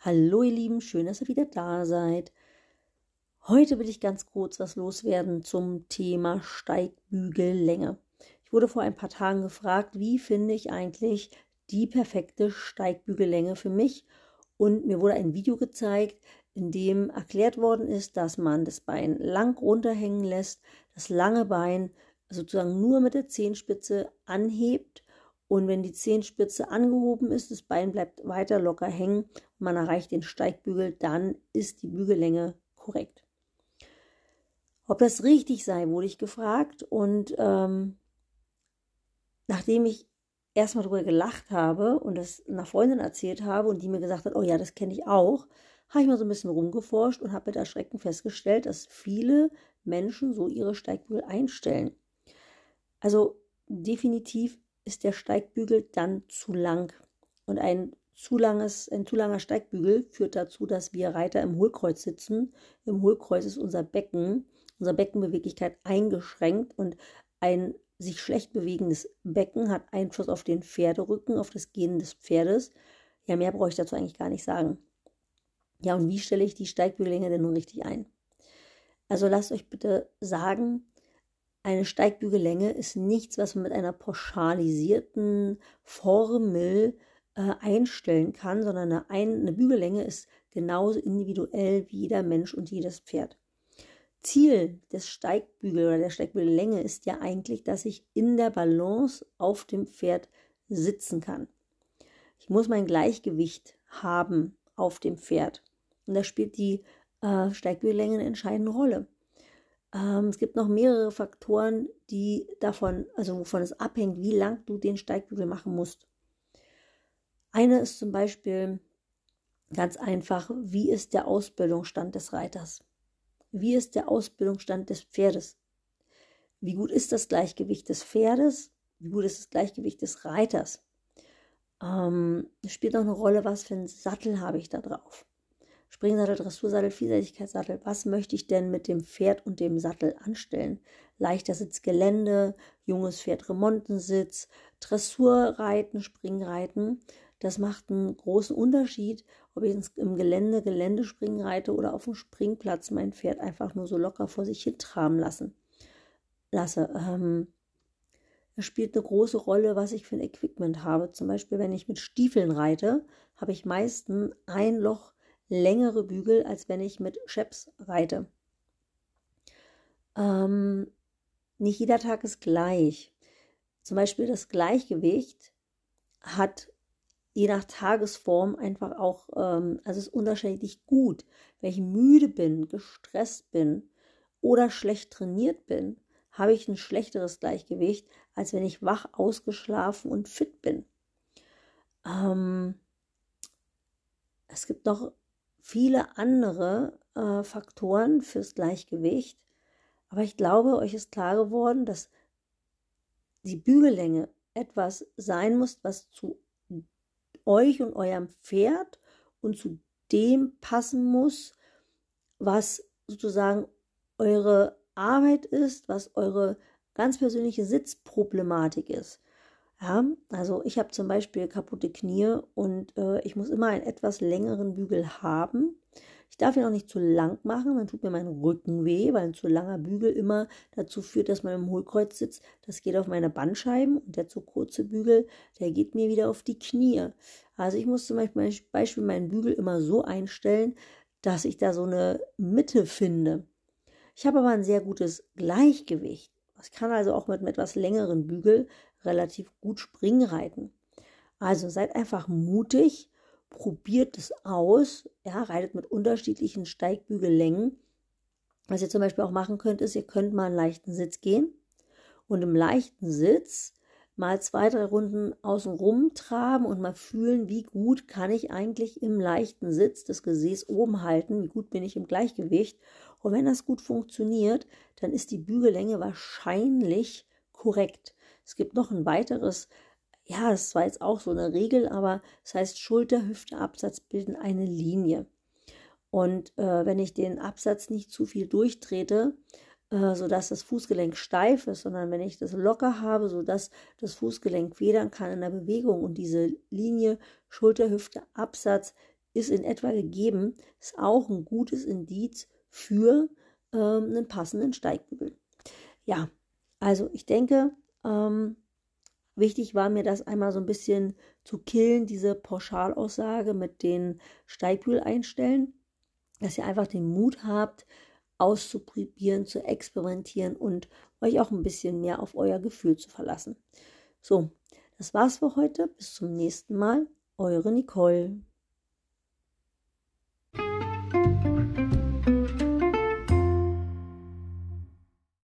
Hallo ihr Lieben, schön, dass ihr wieder da seid. Heute will ich ganz kurz was loswerden zum Thema Steigbügellänge. Ich wurde vor ein paar Tagen gefragt, wie finde ich eigentlich die perfekte Steigbügellänge für mich? Und mir wurde ein Video gezeigt, in dem erklärt worden ist, dass man das Bein lang runterhängen lässt, das lange Bein sozusagen nur mit der Zehenspitze anhebt. Und wenn die Zehenspitze angehoben ist, das Bein bleibt weiter locker hängen und man erreicht den Steigbügel, dann ist die Bügellänge korrekt. Ob das richtig sei, wurde ich gefragt. Und nachdem ich erstmal darüber gelacht habe und das einer Freundin erzählt habe und die mir gesagt hat, oh ja, das kenne ich auch, habe ich mal so ein bisschen rumgeforscht und habe mit Erschrecken festgestellt, dass viele Menschen so ihre Steigbügel einstellen. Also definitiv ist der Steigbügel dann zu lang. Und ein zu langer Steigbügel führt dazu, dass wir Reiter im Hohlkreuz sitzen. Im Hohlkreuz ist unsere Beckenbeweglichkeit eingeschränkt und ein sich schlecht bewegendes Becken hat Einfluss auf den Pferderücken, auf das Gehen des Pferdes. Ja, mehr brauche ich dazu eigentlich gar nicht sagen. Ja, und wie stelle ich die Steigbügellänge denn nun richtig ein? Also lasst euch bitte sagen, eine Steigbügellänge ist nichts, was man mit einer pauschalisierten Formel einstellen kann, sondern eine Bügellänge ist genauso individuell wie jeder Mensch und jedes Pferd. Ziel des Steigbügel oder der Steigbügellänge ist ja eigentlich, dass ich in der Balance auf dem Pferd sitzen kann. Ich muss mein Gleichgewicht haben auf dem Pferd. Und da spielt die Steigbügellänge eine entscheidende Rolle. Es gibt noch mehrere Faktoren, wovon es abhängt, wie lang du den Steigbügel machen musst. Eine ist zum Beispiel ganz einfach, wie ist der Ausbildungsstand des Reiters? Wie ist der Ausbildungsstand des Pferdes? Wie gut ist das Gleichgewicht des Pferdes? Wie gut ist das Gleichgewicht des Reiters? Es spielt noch eine Rolle, was für einen Sattel habe ich da drauf? Springsattel, Dressursattel, Vielseitigkeitssattel. Was möchte ich denn mit dem Pferd und dem Sattel anstellen? Leichter Sitz, Gelände, junges Pferd, Remontensitz, Dressurreiten, Springreiten. Das macht einen großen Unterschied, ob ich im Geländespringen reite oder auf dem Springplatz mein Pferd einfach nur so locker vor sich hin traben lasse. Es spielt eine große Rolle, was ich für ein Equipment habe. Zum Beispiel, wenn ich mit Stiefeln reite, habe ich meistens ein Loch längere Bügel, als wenn ich mit Chaps reite. Nicht jeder Tag ist gleich. Zum Beispiel das Gleichgewicht hat je nach Tagesform einfach auch, also ist unterschiedlich gut. Wenn ich müde bin, gestresst bin oder schlecht trainiert bin, habe ich ein schlechteres Gleichgewicht, als wenn ich wach, ausgeschlafen und fit bin. Es gibt noch viele andere Faktoren fürs Gleichgewicht, aber ich glaube, euch ist klar geworden, dass die Bügellänge etwas sein muss, was zu euch und eurem Pferd und zu dem passen muss, was sozusagen eure Arbeit ist, was eure ganz persönliche Sitzproblematik ist. Ja, also ich habe zum Beispiel kaputte Knie und ich muss immer einen etwas längeren Bügel haben. Ich darf ihn auch nicht zu lang machen, dann tut mir mein Rücken weh, weil ein zu langer Bügel immer dazu führt, dass man im Hohlkreuz sitzt. Das geht auf meine Bandscheiben und der zu kurze Bügel, der geht mir wieder auf die Knie. Also ich muss zum Beispiel meinen Bügel immer so einstellen, dass ich da so eine Mitte finde. Ich habe aber ein sehr gutes Gleichgewicht. Ich kann also auch mit einem etwas längeren Bügel relativ gut Springreiten. Also seid einfach mutig, probiert es aus, ja, reitet mit unterschiedlichen Steigbügellängen. Was ihr zum Beispiel auch machen könnt, ist, ihr könnt mal einen leichten Sitz gehen und im leichten Sitz mal 2, 3 Runden außen rum traben und mal fühlen, wie gut kann ich eigentlich im leichten Sitz das Gesäß oben halten, wie gut bin ich im Gleichgewicht. Und wenn das gut funktioniert, dann ist die Bügellänge wahrscheinlich korrekt. Es gibt noch ein weiteres, ja, das war jetzt auch so eine Regel, aber es heißt Schulter, Hüfte, Absatz bilden eine Linie. Und wenn ich den Absatz nicht zu viel durchtrete, sodass das Fußgelenk steif ist, sondern wenn ich das locker habe, sodass das Fußgelenk federn kann in der Bewegung und diese Linie Schulter, Hüfte, Absatz ist in etwa gegeben, ist auch ein gutes Indiz für einen passenden Steigbügel. Ja, also ich denke, wichtig war mir das einmal so ein bisschen zu killen, diese Pauschalaussage mit den Steigbügel einstellen, dass ihr einfach den Mut habt, auszuprobieren, zu experimentieren und euch auch ein bisschen mehr auf euer Gefühl zu verlassen. So, das war's für heute. Bis zum nächsten Mal. Eure Nicole.